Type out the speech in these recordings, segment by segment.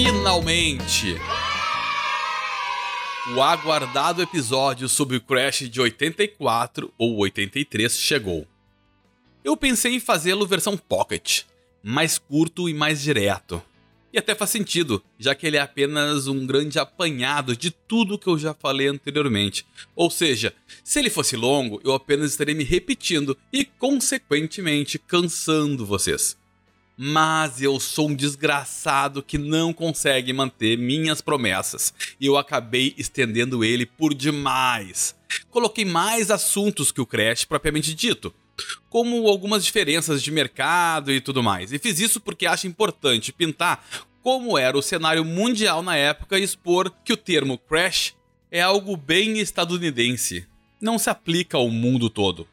Finalmente! O aguardado episódio sobre o Crash de 84 ou 83 chegou. Eu pensei em fazê-lo versão Pocket, mais curto e mais direto. E até faz sentido, já que ele é apenas um grande apanhado de tudo que eu já falei anteriormente. Ou seja, se ele fosse longo, eu apenas estaria me repetindo e, consequentemente, cansando vocês. Mas eu sou um desgraçado que não consegue manter minhas promessas, e eu acabei estendendo ele por demais. Coloquei mais assuntos que o Crash propriamente dito, como algumas diferenças de mercado e tudo mais. E fiz isso porque acho importante pintar como era o cenário mundial na época e expor que o termo Crash é algo bem estadunidense, não se aplica ao mundo todo.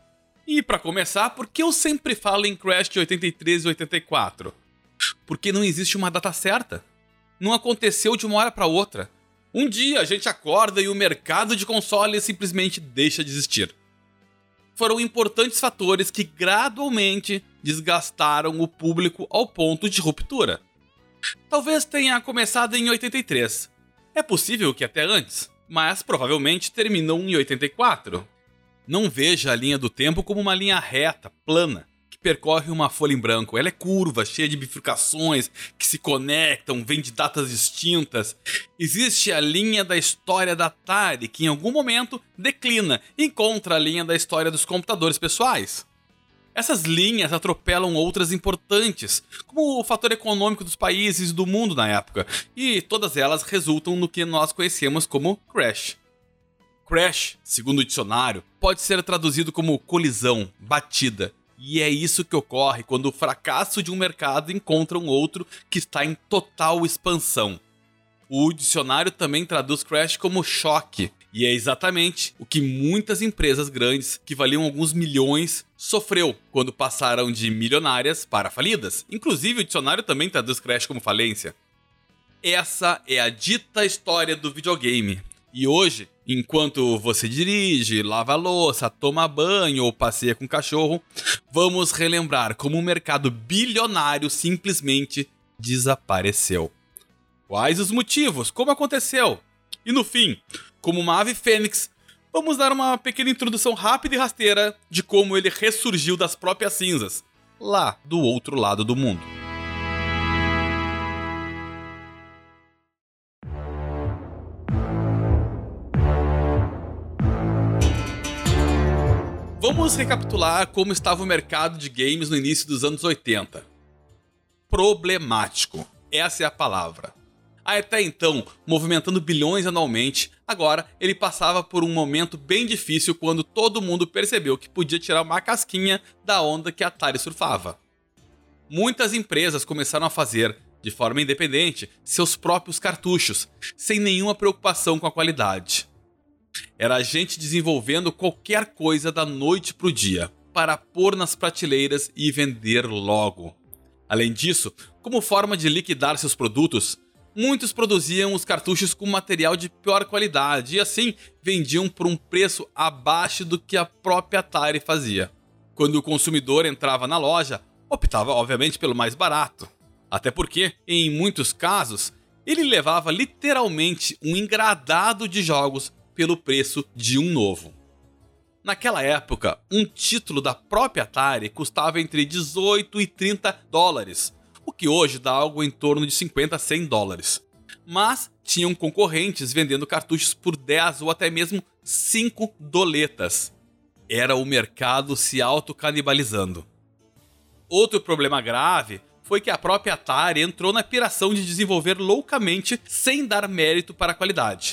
E para começar, por que eu sempre falo em Crash de 83 e 84? Porque não existe uma data certa. Não aconteceu de uma hora para outra. Um dia a gente acorda e o mercado de consoles simplesmente deixa de existir. Foram importantes fatores que gradualmente desgastaram o público ao ponto de ruptura. Talvez tenha começado em 83. É possível que até antes, mas provavelmente terminou em 84. Não veja a linha do tempo como uma linha reta, plana, que percorre uma folha em branco. Ela é curva, cheia de bifurcações que se conectam, vem de datas distintas. Existe a linha da história da Atari, que em algum momento declina e encontra a linha da história dos computadores pessoais. Essas linhas atropelam outras importantes, como o fator econômico dos países e do mundo na época, e todas elas resultam no que nós conhecemos como Crash. Crash, segundo o dicionário, pode ser traduzido como colisão, batida. E é isso que ocorre quando o fracasso de um mercado encontra um outro que está em total expansão. O dicionário também traduz Crash como choque. E é exatamente o que muitas empresas grandes, que valiam alguns milhões, sofreu quando passaram de milionárias para falidas. Inclusive o dicionário também traduz Crash como falência. Essa é a dita história do videogame. E hoje, enquanto você dirige, lava a louça, toma banho ou passeia com o cachorro, vamos relembrar como um mercado bilionário simplesmente desapareceu. Quais os motivos? Como aconteceu? E no fim, como uma ave fênix, vamos dar uma pequena introdução rápida e rasteira de como ele ressurgiu das próprias cinzas, lá do outro lado do mundo. Vamos recapitular como estava o mercado de games no início dos anos 80. Problemático. Essa é a palavra. Até então, movimentando bilhões anualmente, agora ele passava por um momento bem difícil quando todo mundo percebeu que podia tirar uma casquinha da onda que a Atari surfava. Muitas empresas começaram a fazer, de forma independente, seus próprios cartuchos, sem nenhuma preocupação com a qualidade. Era a gente desenvolvendo qualquer coisa da noite pro dia, para pôr nas prateleiras e vender logo. Além disso, como forma de liquidar seus produtos, muitos produziam os cartuchos com material de pior qualidade e assim vendiam por um preço abaixo do que a própria Atari fazia. Quando o consumidor entrava na loja, optava obviamente pelo mais barato. Até porque, em muitos casos, ele levava literalmente um engradado de jogos pelo preço de um novo. Naquela época, um título da própria Atari custava entre 18 e 30 dólares, o que hoje dá algo em torno de 50 a 100 dólares. Mas tinham concorrentes vendendo cartuchos por 10 ou até mesmo 5 doletas. Era o mercado se autocanibalizando. Outro problema grave foi que a própria Atari entrou na piração de desenvolver loucamente sem dar mérito para a qualidade.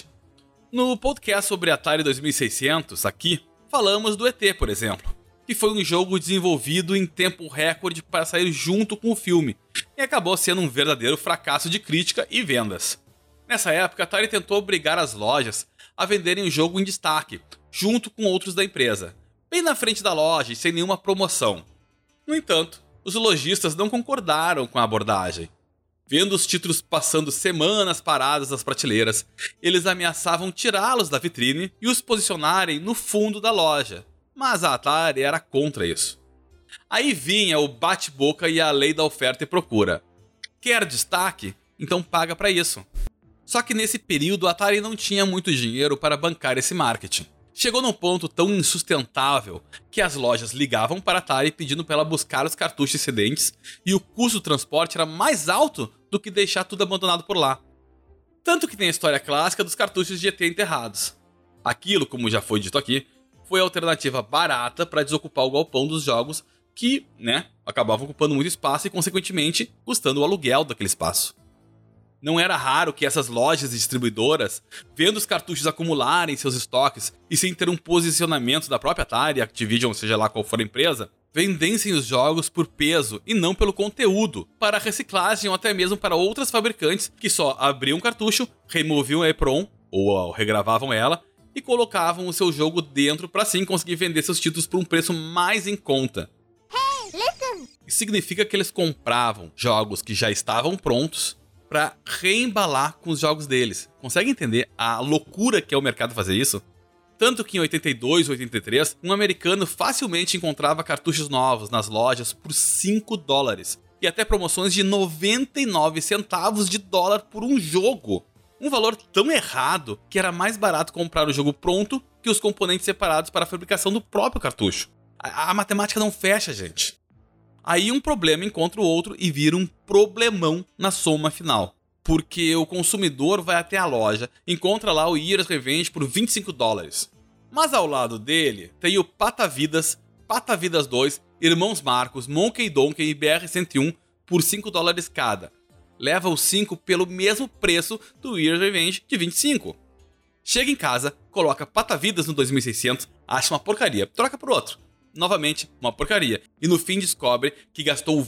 No podcast sobre Atari 2600, aqui, falamos do ET, por exemplo, que foi um jogo desenvolvido em tempo recorde para sair junto com o filme, e acabou sendo um verdadeiro fracasso de crítica e vendas. Nessa época, a Atari tentou obrigar as lojas a venderem o jogo em destaque, junto com outros da empresa, bem na frente da loja e sem nenhuma promoção. No entanto, os lojistas não concordaram com a abordagem. Vendo os títulos passando semanas parados nas prateleiras, eles ameaçavam tirá-los da vitrine e os posicionarem no fundo da loja. Mas a Atari era contra isso. Aí vinha o bate-boca e a lei da oferta e procura. Quer destaque? então paga para isso. Só que nesse período a Atari não tinha muito dinheiro para bancar esse marketing. Chegou num ponto tão insustentável que as lojas ligavam para a Atari pedindo para ela buscar os cartuchos excedentes e o custo do transporte era mais alto do que deixar tudo abandonado por lá. Tanto que tem a história clássica dos cartuchos de ET enterrados. Aquilo, como já foi dito aqui, foi a alternativa barata para desocupar o galpão dos jogos que, acabavam ocupando muito espaço e, consequentemente, custando o aluguel daquele espaço. Não era raro que essas lojas e distribuidoras, vendo os cartuchos acumularem seus estoques e sem ter um posicionamento da própria Atari, Activision, seja lá qual for a empresa, vendessem os jogos por peso e não pelo conteúdo, para reciclagem ou até mesmo para outras fabricantes que só abriam o cartucho, removiam a EEPROM ou regravavam ela e colocavam o seu jogo dentro para assim conseguir vender seus títulos por um preço mais em conta. Isso significa que eles compravam jogos que já estavam prontos para reembalar com os jogos deles. Consegue entender a loucura que é o mercado fazer isso? Tanto que em 82 ou 83, um americano facilmente encontrava cartuchos novos nas lojas por $5 e até promoções de 99 centavos de dólar por um jogo. Um valor tão errado que era mais barato comprar o jogo pronto que os componentes separados para a fabricação do próprio cartucho. A matemática não fecha, gente. Aí um problema encontra o outro e vira um problemão na soma final. Porque o consumidor vai até a loja, encontra lá o Year's Revenge por $25. Mas ao lado dele tem o Patavidas, Patavidas 2, Irmãos Marcos, Monkey Donkey e BR-101 por $5 cada. Leva os 5 pelo mesmo preço do Year's Revenge de 25. Chega em casa, coloca Patavidas no 2600, acha uma porcaria, troca por outro. Novamente, uma porcaria. E no fim descobre que gastou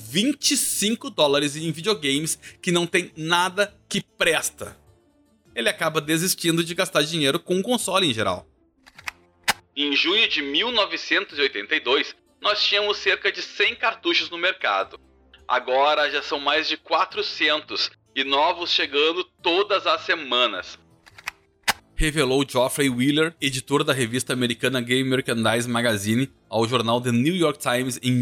$25 em videogames que não tem nada que presta. Ele acaba desistindo de gastar dinheiro com um console em geral. Em junho de 1982, nós tínhamos cerca de 100 cartuchos no mercado. Agora já são mais de 400 e novos chegando todas as semanas. Revelou Geoffrey Wheeler, editor da revista americana Game Merchandise Magazine, ao jornal The New York Times em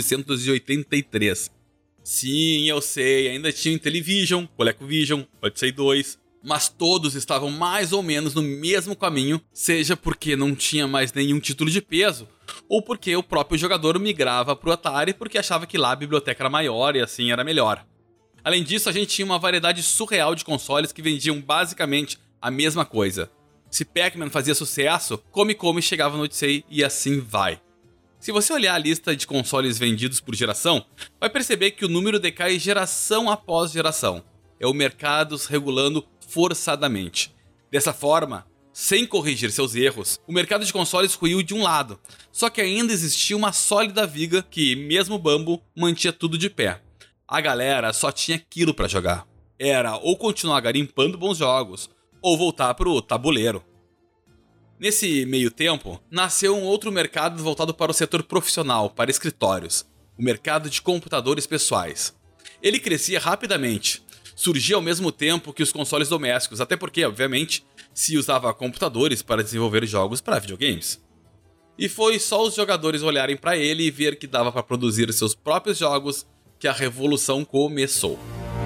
1983. Sim, eu sei, ainda tinha Intellivision, ColecoVision, Odyssey 2, mas todos estavam mais ou menos no mesmo caminho, seja porque não tinha mais nenhum título de peso, ou porque o próprio jogador migrava para o Atari porque achava que lá a biblioteca era maior e assim era melhor. Além disso, a gente tinha uma variedade surreal de consoles que vendiam basicamente a mesma coisa. Se Pac-Man fazia sucesso, Come chegava no Odyssey e assim vai. Se você olhar a lista de consoles vendidos por geração, vai perceber que o número decai geração após geração. É o mercado se regulando forçadamente. Dessa forma, sem corrigir seus erros, o mercado de consoles ruiu de um lado, só que ainda existia uma sólida viga que, mesmo bambo, mantinha tudo de pé. A galera só tinha aquilo pra jogar. Era ou continuar garimpando bons jogos, ou voltar pro tabuleiro. Nesse meio tempo, nasceu um outro mercado voltado para o setor profissional, para escritórios, o mercado de computadores pessoais. Ele crescia rapidamente, surgia ao mesmo tempo que os consoles domésticos, até porque, obviamente, se usava computadores para desenvolver jogos para videogames. E foi só os jogadores olharem para ele e ver que dava para produzir seus próprios jogos que a revolução começou.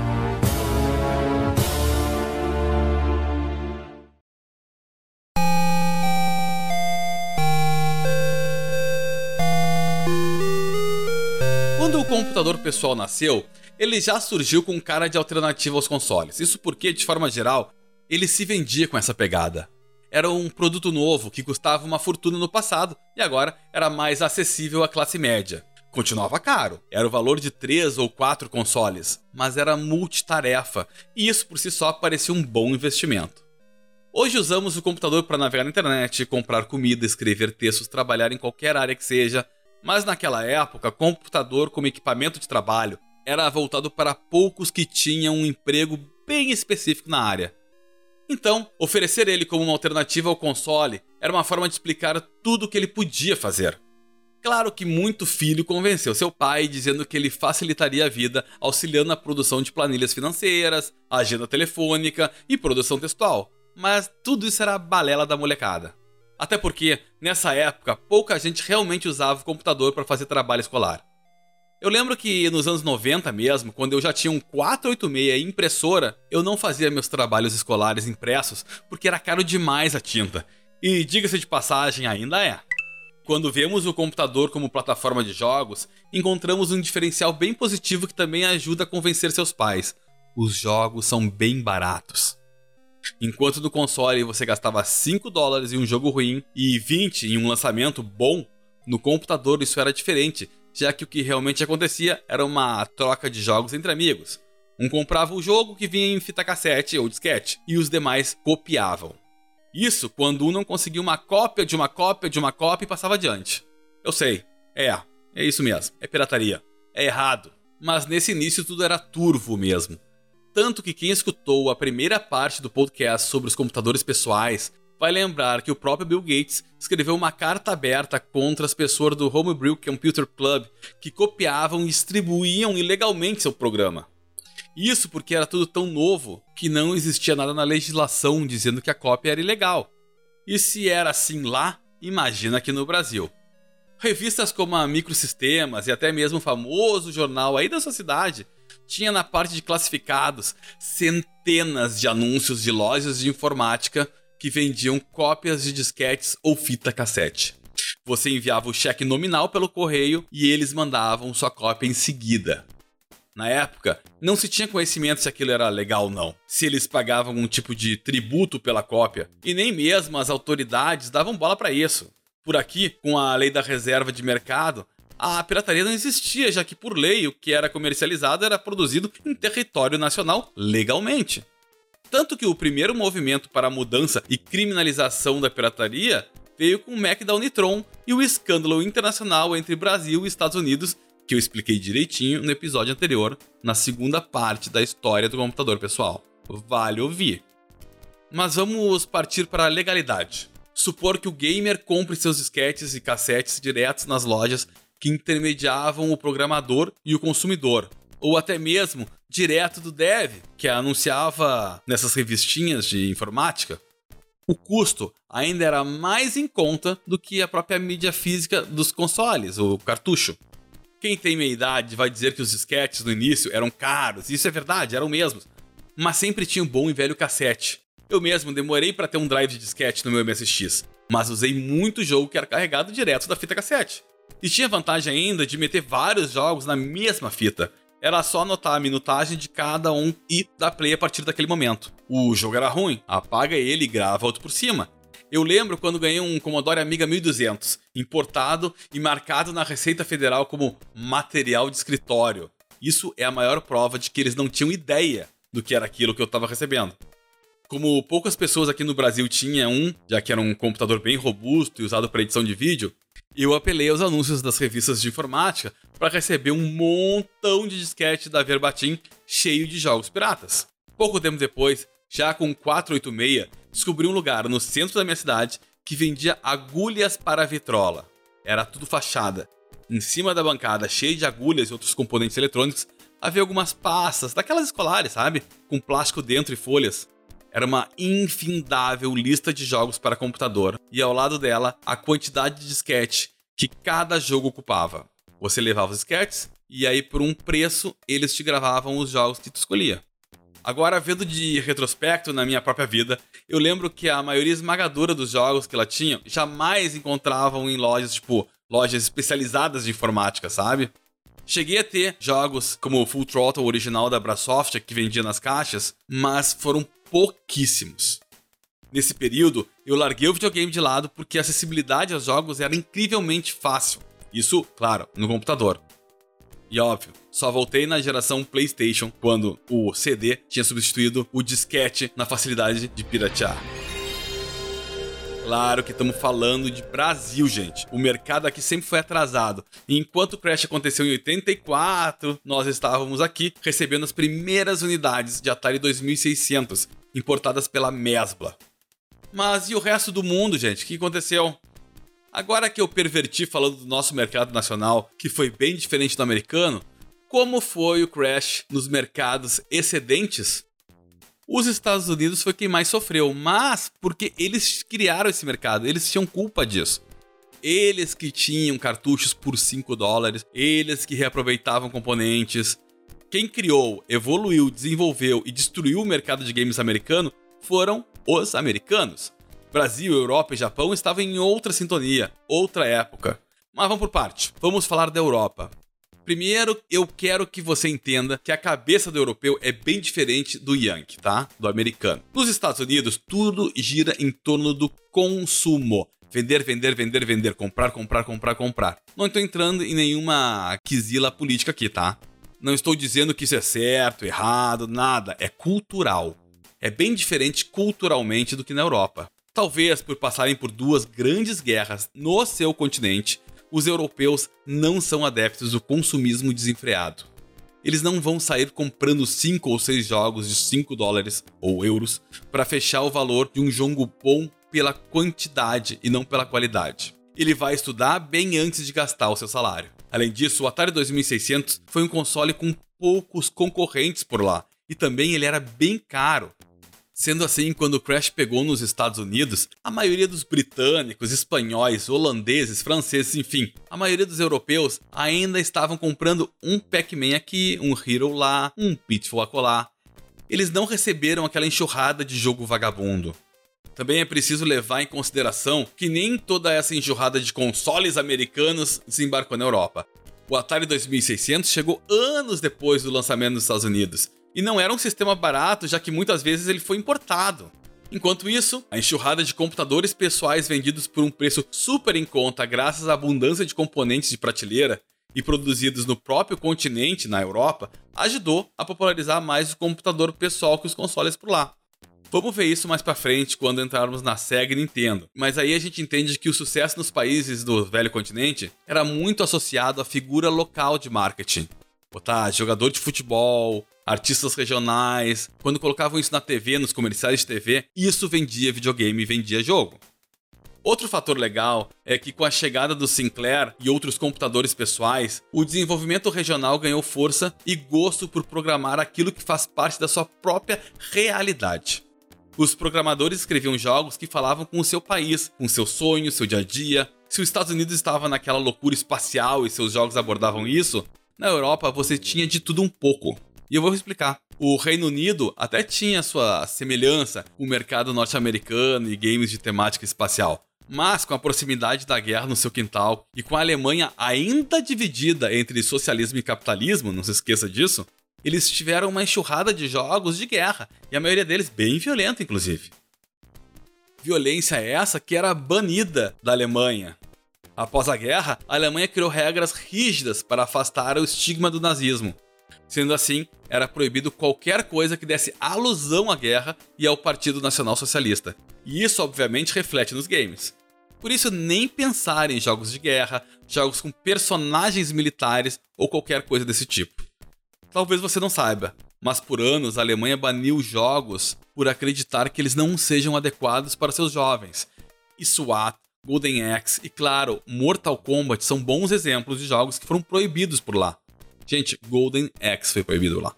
Quando o computador pessoal nasceu, ele já surgiu com cara de alternativa aos consoles. Isso porque, de forma geral, ele se vendia com essa pegada. Era um produto novo que custava uma fortuna no passado e agora era mais acessível à classe média. Continuava caro, era o valor de 3 ou 4 consoles, mas era multitarefa e isso por si só parecia um bom investimento. Hoje usamos o computador para navegar na internet, comprar comida, escrever textos, trabalhar em qualquer área que seja, mas naquela época, computador como equipamento de trabalho era voltado para poucos que tinham um emprego bem específico na área. Então, oferecer ele como uma alternativa ao console era uma forma de explicar tudo o que ele podia fazer. Claro que muito filho convenceu seu pai dizendo que ele facilitaria a vida auxiliando na produção de planilhas financeiras, agenda telefônica e produção textual, mas tudo isso era balela da molecada. Até porque, nessa época, pouca gente realmente usava o computador para fazer trabalho escolar. Eu lembro que nos anos 90 mesmo, quando eu já tinha um 486 e impressora, eu não fazia meus trabalhos escolares impressos porque era caro demais a tinta. E diga-se de passagem, ainda é. Quando vemos o computador como plataforma de jogos, encontramos um diferencial bem positivo que também ajuda a convencer seus pais. Os jogos são bem baratos. Enquanto no console você gastava $5 em um jogo ruim e 20 em um lançamento bom, no computador isso era diferente, já que o que realmente acontecia era uma troca de jogos entre amigos. Um comprava o jogo que vinha em fita cassete ou disquete, e os demais copiavam. Isso quando um não conseguia uma cópia de uma cópia de uma cópia e passava adiante. Eu sei, é isso mesmo, é pirataria, é errado. Mas nesse início tudo era turvo mesmo. Tanto que quem escutou a primeira parte do podcast sobre os computadores pessoais vai lembrar que o próprio Bill Gates escreveu uma carta aberta contra as pessoas do Homebrew Computer Club que copiavam e distribuíam ilegalmente seu programa. Isso porque era tudo tão novo que não existia nada na legislação dizendo que a cópia era ilegal. E se era assim lá, imagina aqui no Brasil. Revistas como a Microsistemas e até mesmo o famoso jornal aí da sua cidade tinha na parte de classificados centenas de anúncios de lojas de informática que vendiam cópias de disquetes ou fita cassete. Você enviava o cheque nominal pelo correio e eles mandavam sua cópia em seguida. Na época, não se tinha conhecimento se aquilo era legal ou não, se eles pagavam algum tipo de tributo pela cópia, e nem mesmo as autoridades davam bola para isso. Por aqui, com a lei da reserva de mercado, a pirataria não existia, já que por lei o que era comercializado era produzido em território nacional legalmente. Tanto que o primeiro movimento para a mudança e criminalização da pirataria veio com o Mac da Unitron e o escândalo internacional entre Brasil e Estados Unidos, que eu expliquei direitinho no episódio anterior, na segunda parte da história do computador pessoal. Vale ouvir. Mas vamos partir para a legalidade. Supor que o gamer compre seus disquetes e cassetes diretos nas lojas que intermediavam o programador e o consumidor, ou até mesmo direto do dev, que anunciava nessas revistinhas de informática. O custo ainda era mais em conta do que a própria mídia física dos consoles, o cartucho. Quem tem meia idade vai dizer que os disquetes no início eram caros, e isso é verdade, eram mesmos. Mas sempre tinha um bom e velho cassete. Eu mesmo demorei para ter um drive de disquete no meu MSX, mas usei muito jogo que era carregado direto da fita cassete. E tinha vantagem ainda de meter vários jogos na mesma fita. Era só anotar a minutagem de cada um e dar play a partir daquele momento. O jogo era ruim, apaga ele e grava outro por cima. Eu lembro quando ganhei um Commodore Amiga 1200, importado e marcado na Receita Federal como material de escritório. Isso é a maior prova de que eles não tinham ideia do que era aquilo que eu estava recebendo. Como poucas pessoas aqui no Brasil tinham um, já que era um computador bem robusto e usado para edição de vídeo, eu apelei aos anúncios das revistas de informática para receber um montão de disquete da Verbatim cheio de jogos piratas. Pouco tempo depois, já com 486, descobri um lugar no centro da minha cidade que vendia agulhas para vitrola. Era tudo fachada. Em cima da bancada, cheia de agulhas e outros componentes eletrônicos, havia algumas pastas, daquelas escolares, sabe? Com plástico dentro e folhas. Era uma infindável lista de jogos para computador e ao lado dela a quantidade de disquete que cada jogo ocupava. Você levava os disquetes e aí por um preço eles te gravavam os jogos que tu escolhia. Agora, vendo de retrospecto na minha própria vida, eu lembro que a maioria esmagadora dos jogos que ela tinha jamais encontravam em lojas, tipo, lojas especializadas de informática, sabe? Cheguei a ter jogos como o Full Throttle original da Brasoft, que vendia nas caixas, mas foram pouquíssimos. Nesse período, eu larguei o videogame de lado porque a acessibilidade aos jogos era incrivelmente fácil. Isso, claro, no computador. E óbvio, só voltei na geração PlayStation quando o CD tinha substituído o disquete na facilidade de piratear. Claro que estamos falando de Brasil, gente. O mercado aqui sempre foi atrasado. E enquanto o Crash aconteceu em 84, nós estávamos aqui recebendo as primeiras unidades de Atari 2600, importadas pela Mesbla. Mas e o resto do mundo, gente? O que aconteceu? Agora que eu perverti falando do nosso mercado nacional, que foi bem diferente do americano, como foi o Crash nos mercados excedentes? Os Estados Unidos foi quem mais sofreu, mas porque eles criaram esse mercado, eles tinham culpa disso. eles que tinham cartuchos por $5, eles que reaproveitavam componentes. Quem criou, evoluiu, desenvolveu e destruiu o mercado de games americano foram os americanos. Brasil, Europa e Japão estavam em outra sintonia, outra época. Mas vamos por parte, vamos falar da Europa. Primeiro, eu quero que você entenda que a cabeça do europeu é bem diferente do Yankee, tá? Do americano. Nos Estados Unidos, tudo gira em torno do consumo. Vender, vender, vender, vender. Comprar, comprar, comprar, comprar. Não estou entrando em nenhuma quizila política aqui, tá? Não estou dizendo que isso é certo, errado, nada. É cultural. É bem diferente culturalmente do que na Europa. Talvez por passarem por 2 grandes guerras no seu continente, os europeus não são adeptos do consumismo desenfreado. Eles não vão sair comprando 5 ou 6 jogos de $5 ou euros para fechar o valor de um jogo bom pela quantidade e não pela qualidade. Ele vai estudar bem antes de gastar o seu salário. Além disso, o Atari 2600 foi um console com poucos concorrentes por lá, e também ele era bem caro. Sendo assim, quando o Crash pegou nos Estados Unidos, a maioria dos britânicos, espanhóis, holandeses, franceses, enfim, a maioria dos europeus ainda estavam comprando um Pac-Man aqui, um Hero lá, um Pitfall acolá. Eles não receberam aquela enxurrada de jogo vagabundo. Também é preciso levar em consideração que nem toda essa enxurrada de consoles americanos desembarcou na Europa. O Atari 2600 chegou anos depois do lançamento nos Estados Unidos. E não era um sistema barato, já que muitas vezes ele foi importado. Enquanto isso, a enxurrada de computadores pessoais vendidos por um preço super em conta graças à abundância de componentes de prateleira e produzidos no próprio continente, na Europa, ajudou a popularizar mais o computador pessoal que os consoles por lá. Vamos ver isso mais pra frente quando entrarmos na Sega e Nintendo, mas aí a gente entende que o sucesso nos países do velho continente era muito associado à figura local de marketing. Botar jogador de futebol, artistas regionais, quando colocavam isso na TV, nos comerciais de TV, isso vendia videogame e vendia jogo. Outro fator legal é que com a chegada do Sinclair e outros computadores pessoais, o desenvolvimento regional ganhou força e gosto por programar aquilo que faz parte da sua própria realidade. Os programadores escreviam jogos que falavam com o seu país, com seus sonhos, seu dia a dia. Se os Estados Unidos estava naquela loucura espacial e seus jogos abordavam isso, na Europa você tinha de tudo um pouco. E eu vou explicar. O Reino Unido até tinha sua semelhança com o mercado norte-americano e games de temática espacial. Mas com a proximidade da guerra no seu quintal e com a Alemanha ainda dividida entre socialismo e capitalismo, não se esqueça disso, eles tiveram uma enxurrada de jogos de guerra, e a maioria deles bem violenta, inclusive. Violência essa que era banida da Alemanha. Após a guerra, a Alemanha criou regras rígidas para afastar o estigma do nazismo. Sendo assim, era proibido qualquer coisa que desse alusão à guerra e ao Partido Nacional Socialista. E isso, obviamente, reflete nos games. Por isso, nem pensar em jogos de guerra, jogos com personagens militares ou qualquer coisa desse tipo. Talvez você não saiba, mas por anos a Alemanha baniu jogos por acreditar que eles não sejam adequados para seus jovens. E SWAT, Golden Axe e, claro, Mortal Kombat são bons exemplos de jogos que foram proibidos por lá. Gente, Golden Axe foi proibido lá.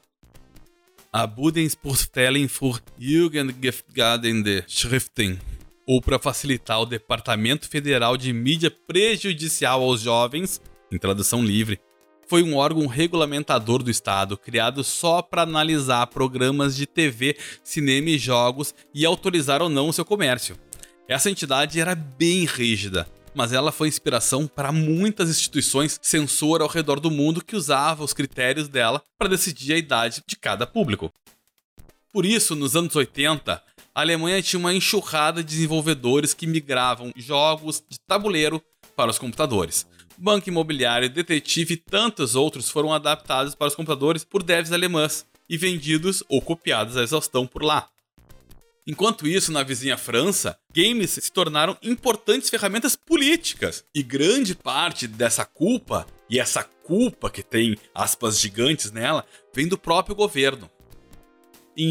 A Bundesvorstellung für Jugendgefährdende Schriften, ou para facilitar o Departamento Federal de Mídia Prejudicial aos Jovens, em tradução livre, foi um órgão regulamentador do Estado criado só para analisar programas de TV, cinema e jogos e autorizar ou não o seu comércio. Essa entidade era bem rígida, mas ela foi inspiração para muitas instituições censora ao redor do mundo que usavam os critérios dela para decidir a idade de cada público. Por isso, nos anos 80, a Alemanha tinha uma enxurrada de desenvolvedores que migravam jogos de tabuleiro para os computadores. Banco Imobiliário, Detetive e tantos outros foram adaptados para os computadores por devs alemãs e vendidos ou copiados à exaustão por lá. Enquanto isso, na vizinha França, games se tornaram importantes ferramentas políticas. E grande parte dessa culpa, e essa culpa que tem aspas gigantes nela, vem do próprio governo. Em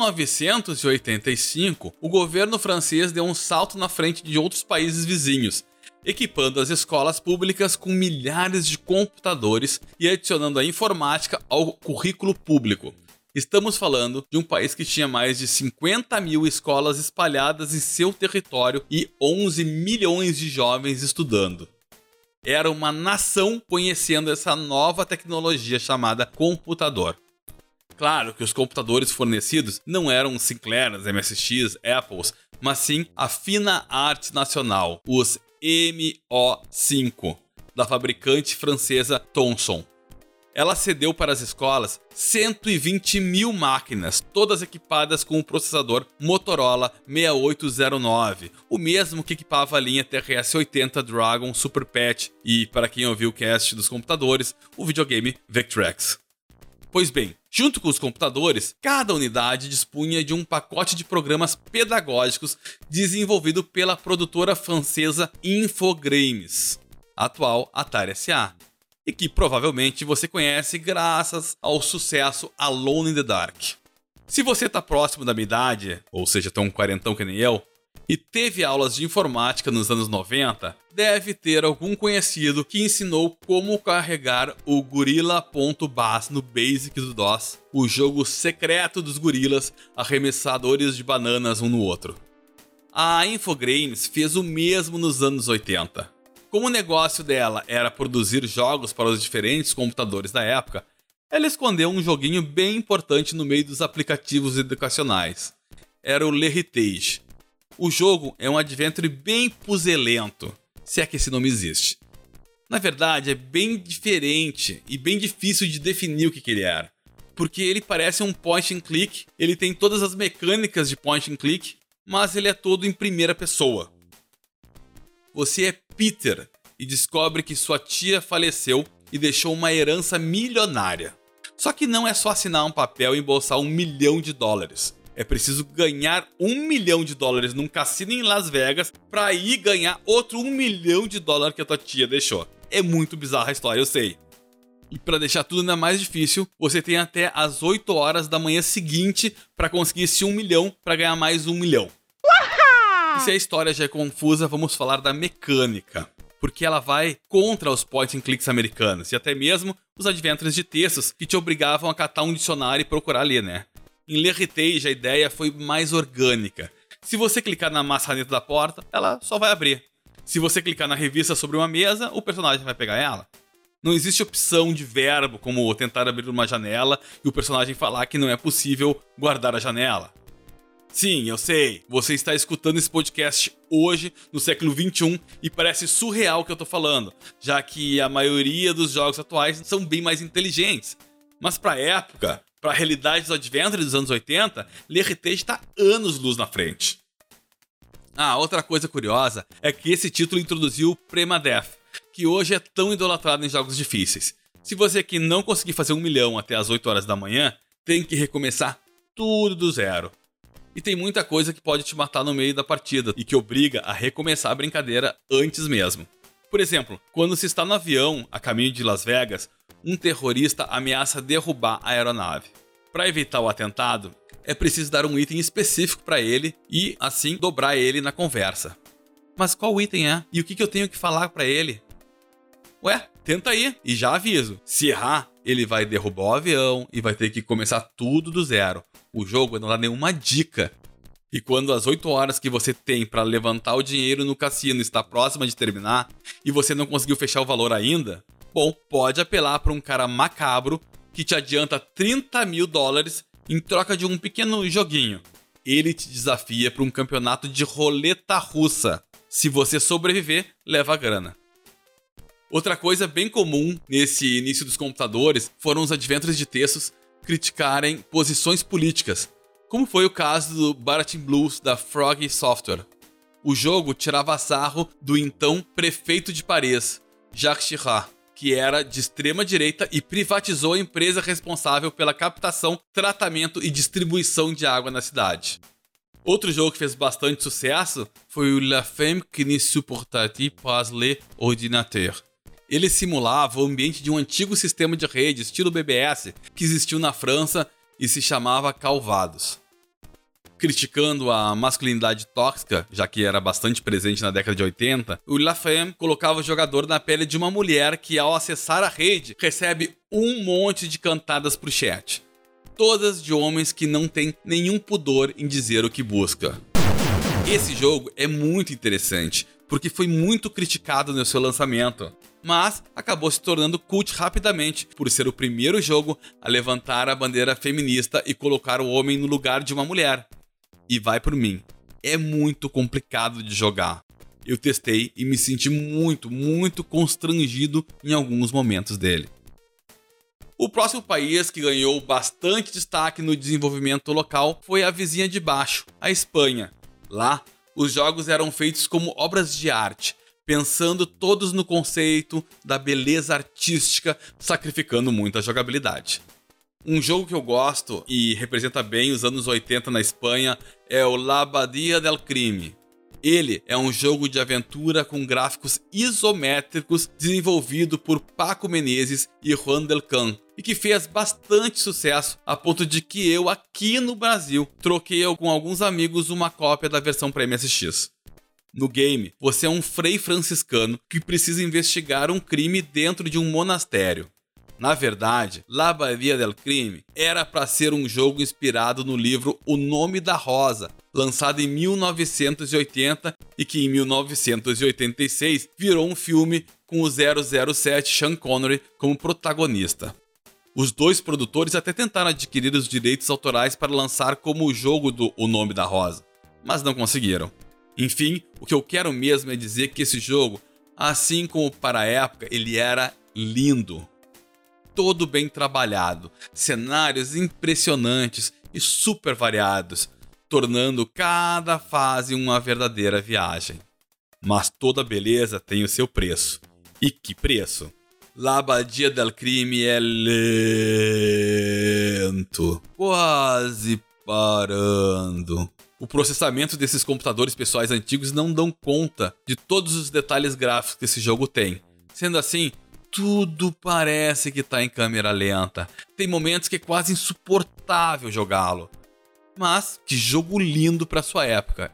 1985, o governo francês deu um salto na frente de outros países vizinhos, equipando as escolas públicas com milhares de computadores e adicionando a informática ao currículo público. Estamos falando de um país que tinha mais de 50 mil escolas espalhadas em seu território e 11 milhões de jovens estudando. Era uma nação conhecendo essa nova tecnologia chamada computador. Claro que os computadores fornecidos não eram Sinclairs, MSX, Apples, mas sim a fina arte nacional, os MO5, da fabricante francesa Thomson. Ela cedeu para as escolas 120 mil máquinas, todas equipadas com o processador Motorola 6809, o mesmo que equipava a linha TRS-80 Dragon Super Patch e, para quem ouviu o cast dos computadores, o videogame Vectrex. Pois bem, junto com os computadores, cada unidade dispunha de um pacote de programas pedagógicos desenvolvido pela produtora francesa Infogrames, atual Atari SA. E que provavelmente você conhece graças ao sucesso Alone in the Dark. Se você está próximo da minha idade, ou seja, tão quarentão que nem eu, e teve aulas de informática nos anos 90, deve ter algum conhecido que ensinou como carregar o Gorilla.bas no Basic do DOS, o jogo secreto dos gorilas arremessadores de bananas um no outro. A Infogrames fez o mesmo nos anos 80. Como o negócio dela era produzir jogos para os diferentes computadores da época, ela escondeu um joguinho bem importante no meio dos aplicativos educacionais. Era o L'Héritage. O jogo é um adventure bem puzelento, se é que esse nome existe. Na verdade, é bem diferente e bem difícil de definir o que ele era, porque ele parece um point and click, ele tem todas as mecânicas de point and click, mas ele é todo em primeira pessoa. Você é Peter e descobre que sua tia faleceu e deixou uma herança milionária. Só que não é só assinar um papel e embolsar $1 milhão. É preciso ganhar $1 milhão num cassino em Las Vegas para aí ganhar outro $1 milhão que a tua tia deixou. É muito bizarra a história, eu sei. E para deixar tudo ainda mais difícil, você tem até as 8 horas da manhã seguinte para conseguir esse $1 milhão para ganhar mais $1 milhão. E se a história já é confusa, vamos falar da mecânica, porque ela vai contra os point and clicks americanos e até mesmo os adventures de textos que te obrigavam a catar um dicionário e procurar ali, né? Em L'Héritage a ideia foi mais orgânica. Se você clicar na maçaneta da porta, ela só vai abrir. Se você clicar na revista sobre uma mesa, o personagem vai pegar ela. Não existe opção de verbo como tentar abrir uma janela e o personagem falar que não é possível guardar a janela. Sim, eu sei, você está escutando esse podcast hoje, no século XXI, e parece surreal o que eu tô falando, já que a maioria dos jogos atuais são bem mais inteligentes. Mas pra época, pra realidade dos adventures dos anos 80, L'Héritage está anos-luz na frente. Ah, outra coisa curiosa é que esse título introduziu o Permadeath, que hoje é tão idolatrado em jogos difíceis. Se você aqui não conseguir fazer 1 milhão até as 8 horas da manhã, tem que recomeçar tudo do zero. E tem muita coisa que pode te matar no meio da partida e que obriga a recomeçar a brincadeira antes mesmo. Por exemplo, quando se está no avião a caminho de Las Vegas, um terrorista ameaça derrubar a aeronave. Para evitar o atentado, é preciso dar um item específico para ele e, assim, dobrar ele na conversa. Mas qual item é? E o que eu tenho que falar para ele? Ué, tenta aí e já aviso. Se errar, ele vai derrubar o avião e vai ter que começar tudo do zero. O jogo não dá nenhuma dica. E quando as 8 horas que você tem para levantar o dinheiro no cassino está próxima de terminar e você não conseguiu fechar o valor ainda, bom, pode apelar para um cara macabro que te adianta $30 mil em troca de um pequeno joguinho. Ele te desafia para um campeonato de roleta russa. Se você sobreviver, leva a grana. Outra coisa bem comum nesse início dos computadores foram os adventures de textos criticarem posições políticas, como foi o caso do Baratin Blues da Frog Software. O jogo tirava sarro do então prefeito de Paris, Jacques Chirac, que era de extrema direita e privatizou a empresa responsável pela captação, tratamento e distribuição de água na cidade. Outro jogo que fez bastante sucesso foi o La Femme qui ne supportait pas les ordinateurs. Ele simulava o ambiente de um antigo sistema de rede estilo BBS que existiu na França e se chamava Calvados. Criticando a masculinidade tóxica, já que era bastante presente na década de 80, o La Femme colocava o jogador na pele de uma mulher que, ao acessar a rede, recebe um monte de cantadas pro chat. todas de homens que não têm nenhum pudor em dizer o que busca. Esse jogo é muito interessante, porque foi muito criticado no seu lançamento, mas acabou se tornando cult rapidamente por ser o primeiro jogo a levantar a bandeira feminista e colocar o homem no lugar de uma mulher. E vai por mim, é muito complicado de jogar. Eu testei e me senti muito constrangido em alguns momentos dele. O próximo país que ganhou bastante destaque no desenvolvimento local foi a vizinha de baixo, a Espanha. Lá, os jogos eram feitos como obras de arte, pensando todos no conceito da beleza artística, sacrificando muito a jogabilidade. Um jogo que eu gosto e representa bem os anos 80 na Espanha é o La Badia del Crime. Ele é um jogo de aventura com gráficos isométricos desenvolvido por Paco Menezes e Juan del Can, e que fez bastante sucesso a ponto de que eu, aqui no Brasil, troquei com alguns amigos uma cópia da versão para MSX. No game, você é um frei franciscano que precisa investigar um crime dentro de um monastério. Na verdade, La Badia del Crime era para ser um jogo inspirado no livro O Nome da Rosa, lançado em 1980 e que em 1986 virou um filme com o 007 Sean Connery como protagonista. Os dois produtores até tentaram adquirir os direitos autorais para lançar como o jogo do O Nome da Rosa, mas não conseguiram. Enfim, o que eu quero mesmo é dizer que esse jogo, assim como para a época, ele era lindo. Todo bem trabalhado, cenários impressionantes e super variados, tornando cada fase uma verdadeira viagem. Mas toda beleza tem o seu preço. E que preço? La Badia del Crime é lento, quase parando. O processamento desses computadores pessoais antigos não dão conta de todos os detalhes gráficos que esse jogo tem. Sendo assim, tudo parece que tá em câmera lenta. Tem momentos que é quase insuportável jogá-lo. Mas que jogo lindo para sua época.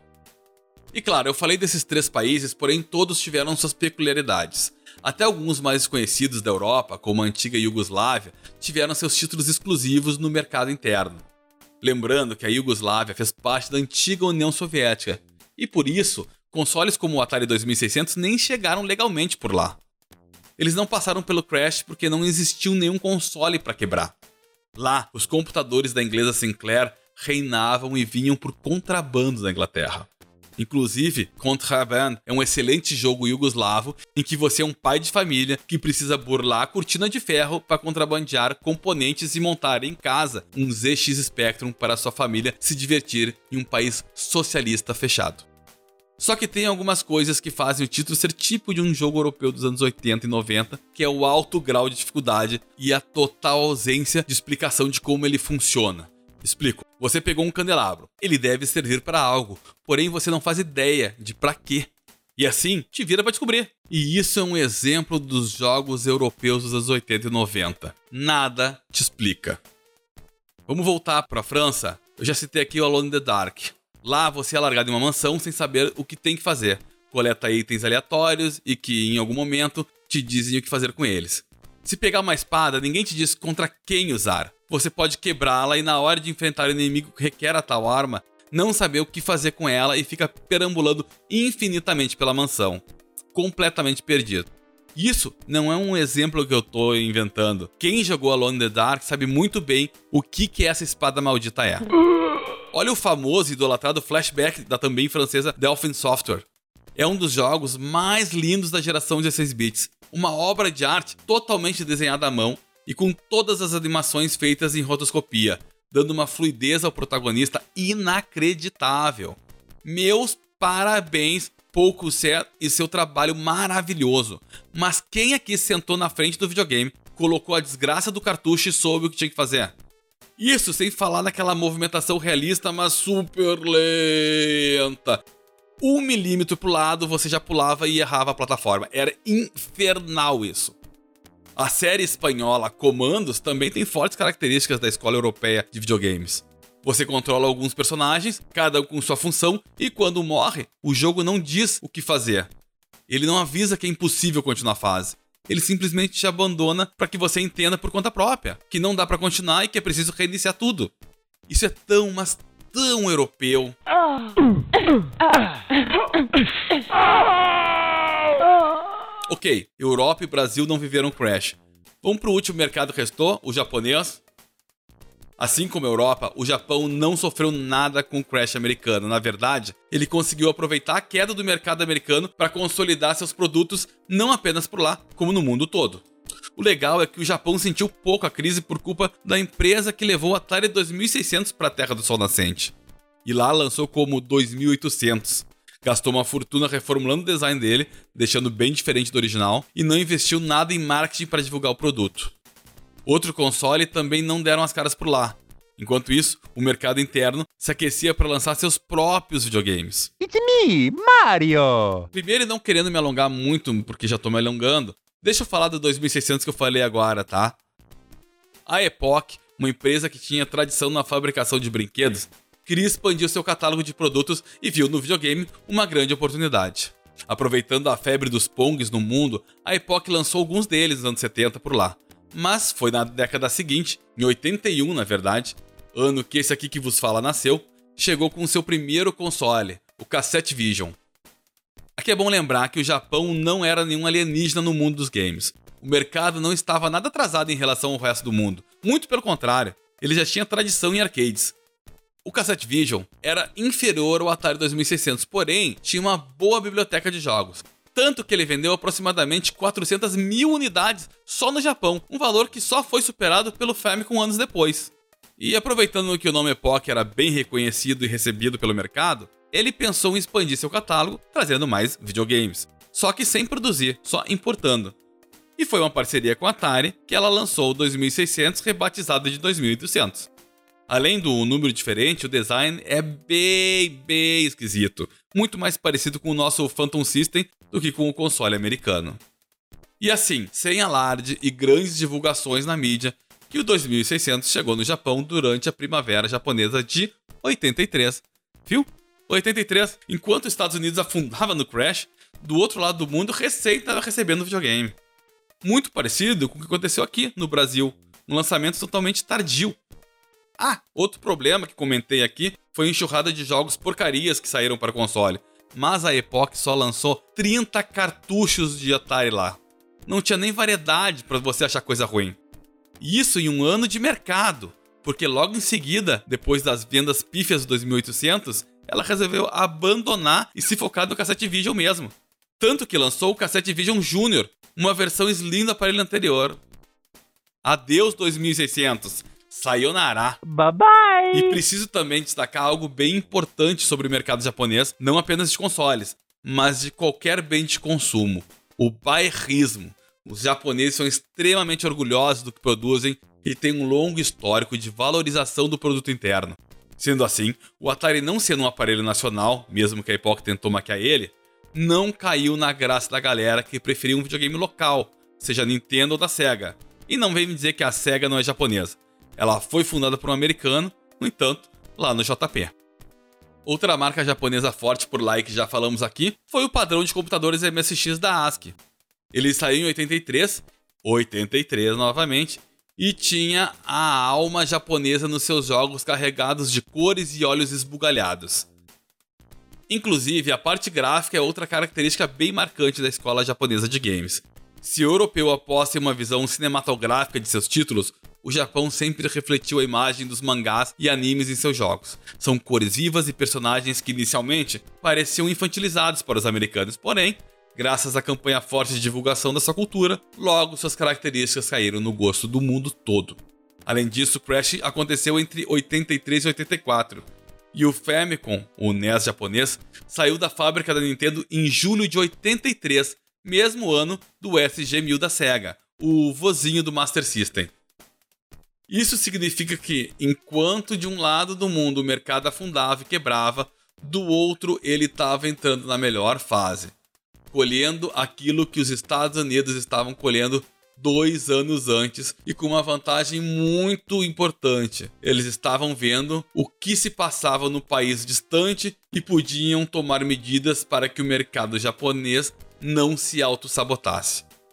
E claro, eu falei desses 3 países, porém todos tiveram suas peculiaridades. Até alguns mais desconhecidos da Europa, como a antiga Iugoslávia, tiveram seus títulos exclusivos no mercado interno. Lembrando que a Iugoslávia fez parte da antiga União Soviética, e por isso, consoles como o Atari 2600 nem chegaram legalmente por lá. Eles não passaram pelo crash porque não existiu nenhum console para quebrar. Lá, os computadores da inglesa Sinclair reinavam e vinham por contrabando da Inglaterra. Inclusive, Contraband é um excelente jogo iugoslavo em que você é um pai de família que precisa burlar a cortina de ferro para contrabandear componentes e montar em casa um ZX Spectrum para sua família se divertir em um país socialista fechado. Só que tem algumas coisas que fazem o título ser tipo de um jogo europeu dos anos 80 e 90, que é o alto grau de dificuldade e a total ausência de explicação de como ele funciona. Explico. Você pegou um candelabro. Ele deve servir para algo, porém você não faz ideia de para quê. E assim, te vira para descobrir. E isso é um exemplo dos jogos europeus dos anos 80 e 90. Nada te explica. Vamos voltar para a França? Eu já citei aqui o Alone in the Dark. Lá você é largado em uma mansão sem saber o que tem que fazer. Coleta itens aleatórios e que em algum momento te dizem o que fazer com eles. Se pegar uma espada, ninguém te diz contra quem usar. Você pode quebrá-la e na hora de enfrentar o inimigo que requer a tal arma, não saber o que fazer com ela e fica perambulando infinitamente pela mansão. Completamente perdido. Isso não é um exemplo que eu tô inventando. Quem jogou Alone in the Dark sabe muito bem o que essa espada maldita é. Olha o famoso e idolatrado Flashback da também francesa Delphin Software. É um dos jogos mais lindos da geração 16 bits. Uma obra de arte totalmente desenhada à mão e com todas as animações feitas em rotoscopia, dando uma fluidez ao protagonista inacreditável. Meus parabéns, Paul Set, e seu trabalho maravilhoso. Mas quem aqui sentou na frente do videogame, colocou a desgraça do cartucho e soube o que tinha que fazer? Isso sem falar naquela movimentação realista, mas super lenta. 1 milímetro pro lado, você já pulava e errava a plataforma. Era infernal isso. A série espanhola Comandos também tem fortes características da escola europeia de videogames. Você controla alguns personagens, cada um com sua função, e quando morre, o jogo não diz o que fazer. Ele não avisa que é impossível continuar a fase. ele simplesmente te abandona para que você entenda por conta própria, que não dá para continuar e que é preciso reiniciar tudo. Isso é tão, mas tão europeu. Ok, Europa e Brasil não viveram Crash. Vamos pro último mercado que restou, o japonês. Assim como a Europa, o Japão não sofreu nada com o Crash americano. Na verdade, ele conseguiu aproveitar a queda do mercado americano para consolidar seus produtos não apenas por lá, como no mundo todo. O legal é que o Japão sentiu pouco a crise por culpa da empresa que levou o Atari 2600 para a Terra do Sol Nascente. E lá lançou como 2800. Gastou uma fortuna reformulando o design dele, deixando bem diferente do original, e não investiu nada em marketing para divulgar o produto. Outro console também não deram as caras por lá. Enquanto isso, o mercado interno se aquecia para lançar seus próprios videogames. It's me, Mario! Primeiro, e não querendo me alongar muito, porque já tô me alongando, deixa eu falar do 2600 que eu falei agora, tá? A Epoch, uma empresa que tinha tradição na fabricação de brinquedos, queria expandir seu catálogo de produtos e viu no videogame uma grande oportunidade. Aproveitando a febre dos Pongs no mundo, a Epoch lançou alguns deles nos anos 70 por lá. Mas foi na década seguinte, em 81 na verdade, ano que esse aqui que vos fala nasceu, chegou com seu primeiro console, o Cassette Vision. Aqui é bom lembrar que o Japão não era nenhum alienígena no mundo dos games. O mercado não estava nada atrasado em relação ao resto do mundo, muito pelo contrário, ele já tinha tradição em arcades. O Cassette Vision era inferior ao Atari 2600, porém tinha uma boa biblioteca de jogos. Tanto que ele vendeu aproximadamente 400 mil unidades só no Japão, um valor que só foi superado pelo Famicom anos depois. E aproveitando que o nome Epoch era bem reconhecido e recebido pelo mercado, ele pensou em expandir seu catálogo, trazendo mais videogames. Só que sem produzir, só importando. E foi uma parceria com a Atari que ela lançou o 2600 rebatizado de 2800. Além do número diferente, o design é bem esquisito. Muito mais parecido com o nosso Phantom System do que com o console americano. E assim, sem alarde e grandes divulgações na mídia, que o 2600 chegou no Japão durante a primavera japonesa de 83. Viu? 83, enquanto os Estados Unidos afundava no Crash, do outro lado do mundo recém estava recebendo o videogame. Muito parecido com o que aconteceu aqui no Brasil, um lançamento totalmente tardio. Ah, outro problema que comentei aqui foi a enxurrada de jogos porcarias que saíram para o console. Mas a Epoch só lançou 30 cartuchos de Atari lá. Não tinha nem variedade para você achar coisa ruim. Isso em um ano de mercado, porque logo em seguida, depois das vendas pífias do 2800, ela resolveu abandonar e se focar no Cassette Vision mesmo. Tanto que lançou o Cassette Vision Junior, uma versão slim do aparelho anterior. Adeus 2600! Sayonara. Bye bye! E preciso também destacar algo bem importante sobre o mercado japonês, não apenas de consoles, mas de qualquer bem de consumo: o bairrismo. Os japoneses são extremamente orgulhosos do que produzem e têm um longo histórico de valorização do produto interno. Sendo assim, o Atari não sendo um aparelho nacional, mesmo que a Epoch tentou maquiar ele, não caiu na graça da galera que preferia um videogame local, seja Nintendo ou da Sega. E não vem me dizer que a Sega não é japonesa. Ela foi fundada por um americano, no entanto, lá no JP. Outra marca japonesa forte por lá e que já falamos aqui foi o padrão de computadores MSX da ASCII. Ele saiu em 83 novamente, e tinha a alma japonesa nos seus jogos carregados de cores e olhos esbugalhados. Inclusive, a parte gráfica é outra característica bem marcante da escola japonesa de games. Se o europeu aposta em uma visão cinematográfica de seus títulos, o Japão sempre refletiu a imagem dos mangás e animes em seus jogos. São cores vivas e personagens que inicialmente pareciam infantilizados para os americanos, porém, graças à campanha forte de divulgação dessa cultura, logo suas características caíram no gosto do mundo todo. Além disso, Crash aconteceu entre 83 e 84, e o Famicom, o NES japonês, saiu da fábrica da Nintendo em julho de 83, mesmo ano do SG-1000 da Sega, o vozinho do Master System. Isso significa que, enquanto de um lado do mundo o mercado afundava e quebrava, do outro ele estava entrando na melhor fase, colhendo aquilo que os Estados Unidos estavam colhendo 2 anos antes e com uma vantagem muito importante. Eles estavam vendo o que se passava no país distante e podiam tomar medidas para que o mercado japonês não se auto-sabotasse.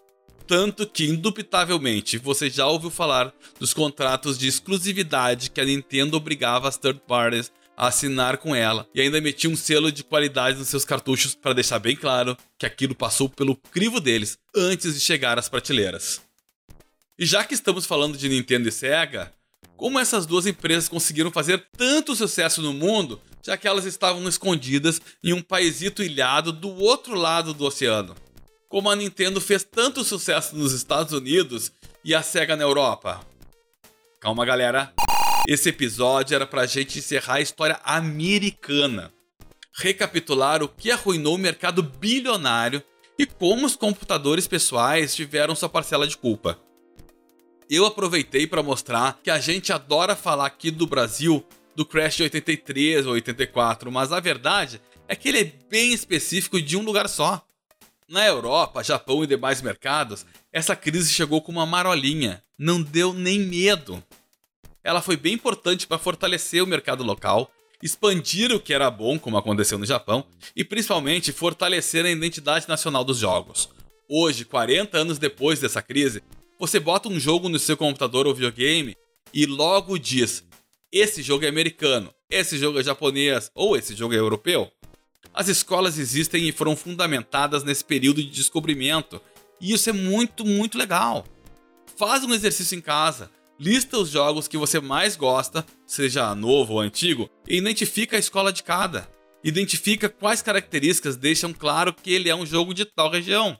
Tanto que, indubitavelmente, você já ouviu falar dos contratos de exclusividade que a Nintendo obrigava as third parties a assinar com ela, e ainda metia um selo de qualidade nos seus cartuchos para deixar bem claro que aquilo passou pelo crivo deles antes de chegar às prateleiras. E já que estamos falando de Nintendo e Sega, como essas duas empresas conseguiram fazer tanto sucesso no mundo, já que elas estavam escondidas em um paísito ilhado do outro lado do oceano? Como a Nintendo fez tanto sucesso nos Estados Unidos e a Sega na Europa? Calma, galera. Esse episódio era pra gente encerrar a história americana, recapitular o que arruinou o mercado bilionário e como os computadores pessoais tiveram sua parcela de culpa. Eu aproveitei para mostrar que a gente adora falar aqui do Brasil do Crash de 83 ou 84, mas a verdade é que ele é bem específico de um lugar só. Na Europa, Japão e demais mercados, essa crise chegou com uma marolinha, não deu nem medo. Ela foi bem importante para fortalecer o mercado local, expandir o que era bom, como aconteceu no Japão, e principalmente fortalecer a identidade nacional dos jogos. Hoje, 40 anos depois dessa crise, você bota um jogo no seu computador ou videogame e logo diz: esse jogo é americano, esse jogo é japonês ou esse jogo é europeu. As escolas existem e foram fundamentadas nesse período de descobrimento, e isso é muito, muito legal. Faz um exercício em casa. Lista os jogos que você mais gosta, seja novo ou antigo, e identifica a escola de cada. Identifica quais características deixam claro que ele é um jogo de tal região.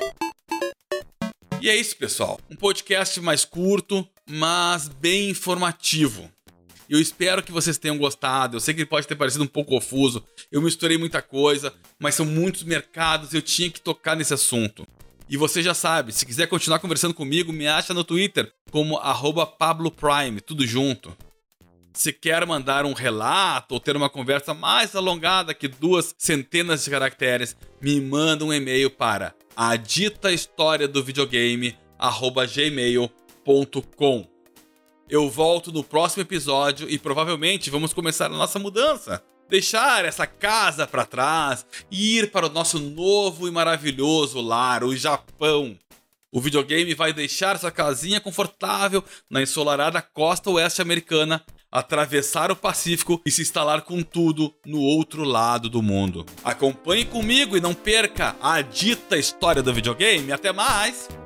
E é isso, pessoal. Um podcast mais curto, mas bem informativo. Eu espero que vocês tenham gostado. Eu sei que pode ter parecido um pouco confuso. Eu misturei muita coisa, mas são muitos mercados e eu tinha que tocar nesse assunto. E você já sabe, se quiser continuar conversando comigo, me acha no Twitter como @PabloPrime, tudo junto. Se quer mandar um relato ou ter uma conversa mais alongada que 2 centenas de caracteres, me manda um e-mail para aditahistoriadovideogame@gmail.com. Eu volto no próximo episódio e provavelmente vamos começar a nossa mudança. Deixar essa casa para trás e ir para o nosso novo e maravilhoso lar, o Japão. O videogame vai deixar sua casinha confortável na ensolarada costa oeste americana, atravessar o Pacífico e se instalar com tudo no outro lado do mundo. Acompanhe comigo e não perca a dita história do videogame. Até mais!